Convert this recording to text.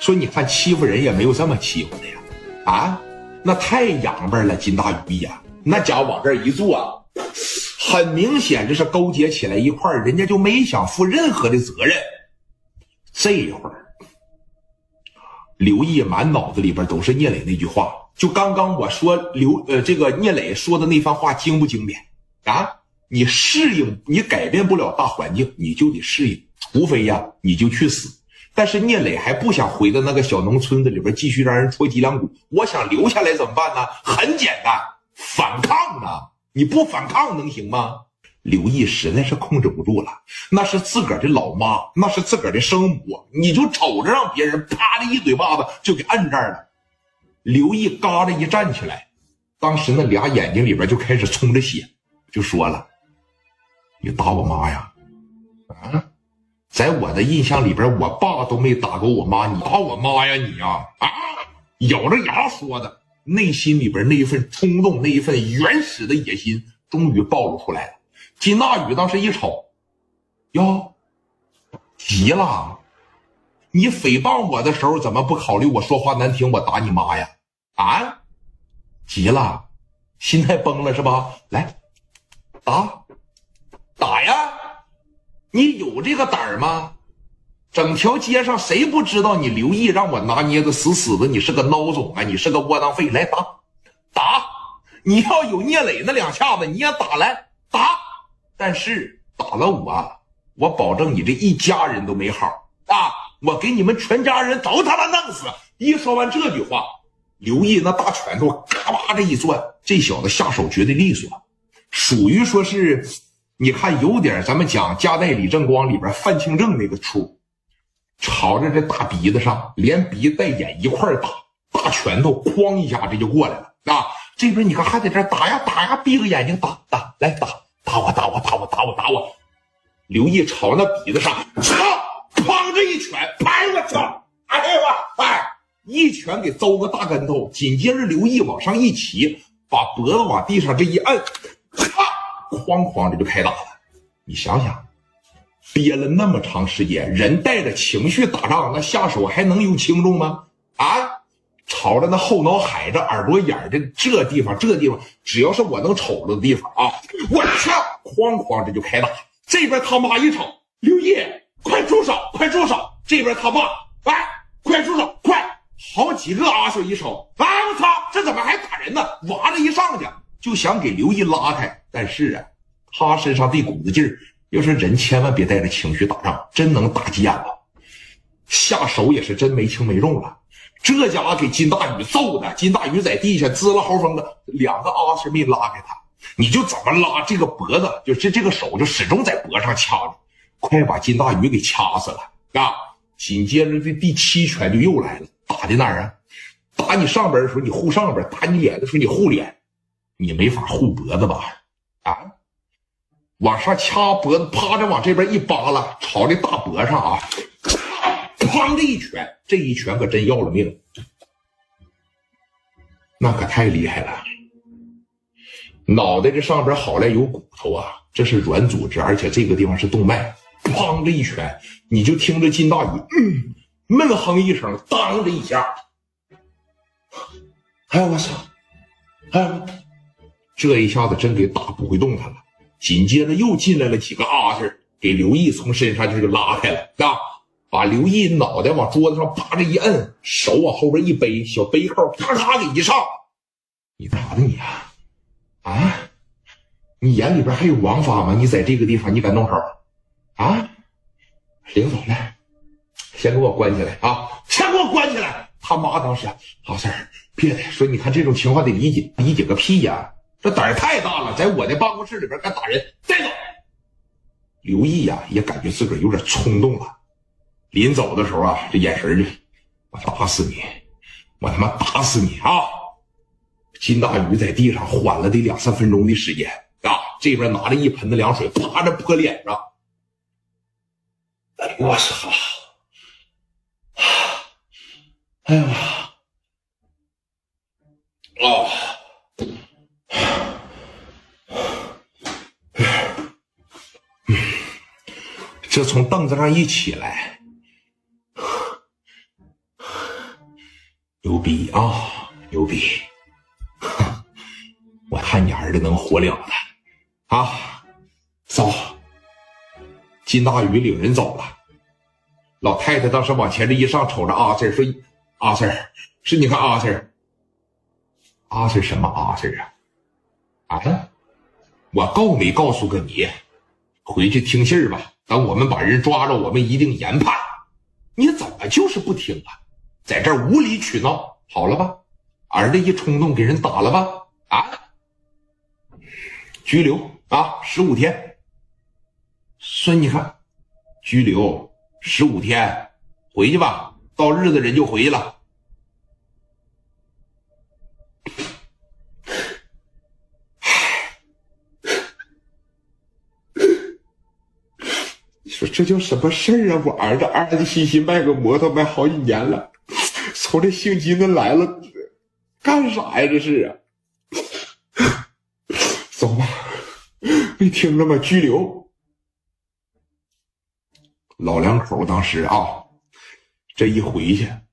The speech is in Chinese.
说你看欺负人也没有这么欺负的呀，啊，那太洋巴了，金大鱼呀，那家往这一坐，很明显这是勾结起来一块儿，人家就没想负任何的责任。这会儿，刘毅满脑子里边都是聂磊那句话，就刚刚我说这个聂磊说的那番话精不精炼啊？你适应，你改变不了大环境，你就得适应，除非呀你就去死。但是聂磊还不想回到那个小农村子里边继续让人戳脊梁骨，我想留下来怎么办呢？很简单，反抗啊！你不反抗能行吗？刘毅实在是控制不住了，那是自个儿的老妈，那是自个儿的生母，你就瞅着让别人啪的一嘴巴子就给摁这儿了。刘毅嘎的一站起来，当时那俩眼睛里边就开始冲着血，就说了：“你打我妈呀？啊！在我的印象里边，我爸都没打过我妈，你打我妈呀你呀！啊！”咬着牙说的，内心里边那一份冲动，那一份原始的野心终于暴露出来了。金大宇当时一瞅，哟，急了！你诽谤我的时候怎么不考虑我说话难听，我打你妈呀？啊！急了，心态崩了是吧？来，打呀！你有这个胆儿吗？整条街上谁不知道你刘毅让我拿捏的死死的，你是个孬种啊，你是个窝囊废！来打！你要有聂磊那两下子，你也打来打！但是打了我保证你这一家人都没好啊！我给你们全家人都他妈弄死！一说完这句话，刘毅那大拳头嘎巴着一攥，这小子下手绝对利索，属于说是你看有点咱们讲家代李正光里边范庆正那个出，朝着这大鼻子上连鼻带眼一块打，大拳头哐一下这就过来了啊！这边你看还在这打呀，闭个眼睛打来打我！刘毅朝那鼻子上，操！哐这一拳，拍我操！哎呀一拳给揍个大跟头，紧接着刘毅往上一骑，把脖子往地上这一摁，哐这就开打了。你想想，憋了那么长时间，人带着情绪打仗，那下手还能有轻重吗？啊！朝着那后脑海这耳朵眼的这地方，只要是我能瞅着的地方啊，我操！哐这就开打。这边他妈一瞅，刘毅，快住手！这边他爸，快住手！快！好几个阿叔一瞅，我操，这怎么还打人呢？哇着一上去就想给刘毅拉开，但是啊，他身上这股子劲儿，要是人千万别带着情绪打仗，真能打急眼了。下手也是真没轻没重了。这家伙给金大宇揍的，金大宇在地下滋了嚎风的，两个阿师没拉开他，你就怎么拉这个脖子，就是这个手就始终在脖上掐着，快把金大宇给掐死了啊！紧接着这第7拳就又来了，打的哪儿啊？打你上边的时候你护上边，打你脸的时候你护脸，你没法护脖子吧？啊！往上掐脖子，趴着往这边一扒拉，朝这大脖上啊！砰！这一拳可真要了命，那可太厉害了。脑袋这上边好赖有骨头啊，这是软组织，而且这个地方是动脉。砰！这一拳，你就听着金大宇闷哼一声，当这一下，我操！这一下子真给打不会动弹了。紧接着又进来了几个阿师，给刘毅从身上就拉开了啊！把刘毅脑袋往桌子上啪着一摁，手往后边一背，小背扣咔给一上。你咋的你啊？啊？你眼里边还有王法吗？你在这个地方你敢动手啊？领走来，先给我关起来啊！先给我关起来！他妈当时好事儿，别的说你看这种情况得理解，理解个屁呀！这胆儿太大了，在我的办公室里边敢打人，带走！刘毅呀，也感觉自个儿有点冲动了。临走的时候啊，这眼神就，我打死你，我他妈打死你啊！金大宇在地上缓了得2、3分钟的时间啊，这边拿着一盆的凉水啪着泼脸上。哎呦我操！哎呀！哦！这从凳子上一起来， 牛逼啊，牛逼！我看你儿子能活了的啊！走，金大宇领人走了。老太太当时往前这一上，瞅着阿 Sir 说：“阿 Sir， 是你看阿 Sir， 阿 Sir 什么阿 Sir 啊？啊！我告没告诉过你？回去听信儿吧。等我们把人抓着，我们一定严判。你怎么就是不听啊？在这儿无理取闹，好了吧？儿子一冲动给人打了吧？啊！拘留啊，15天。说你看，拘留15天，回去吧。到日子人就回去了。你说这叫什么事儿啊？我儿子安安心心卖个摩托卖好几年了，从这姓金的来了，干啥呀？这是啊！走吧，没听着吗？拘留。老两口当时啊，这一回去，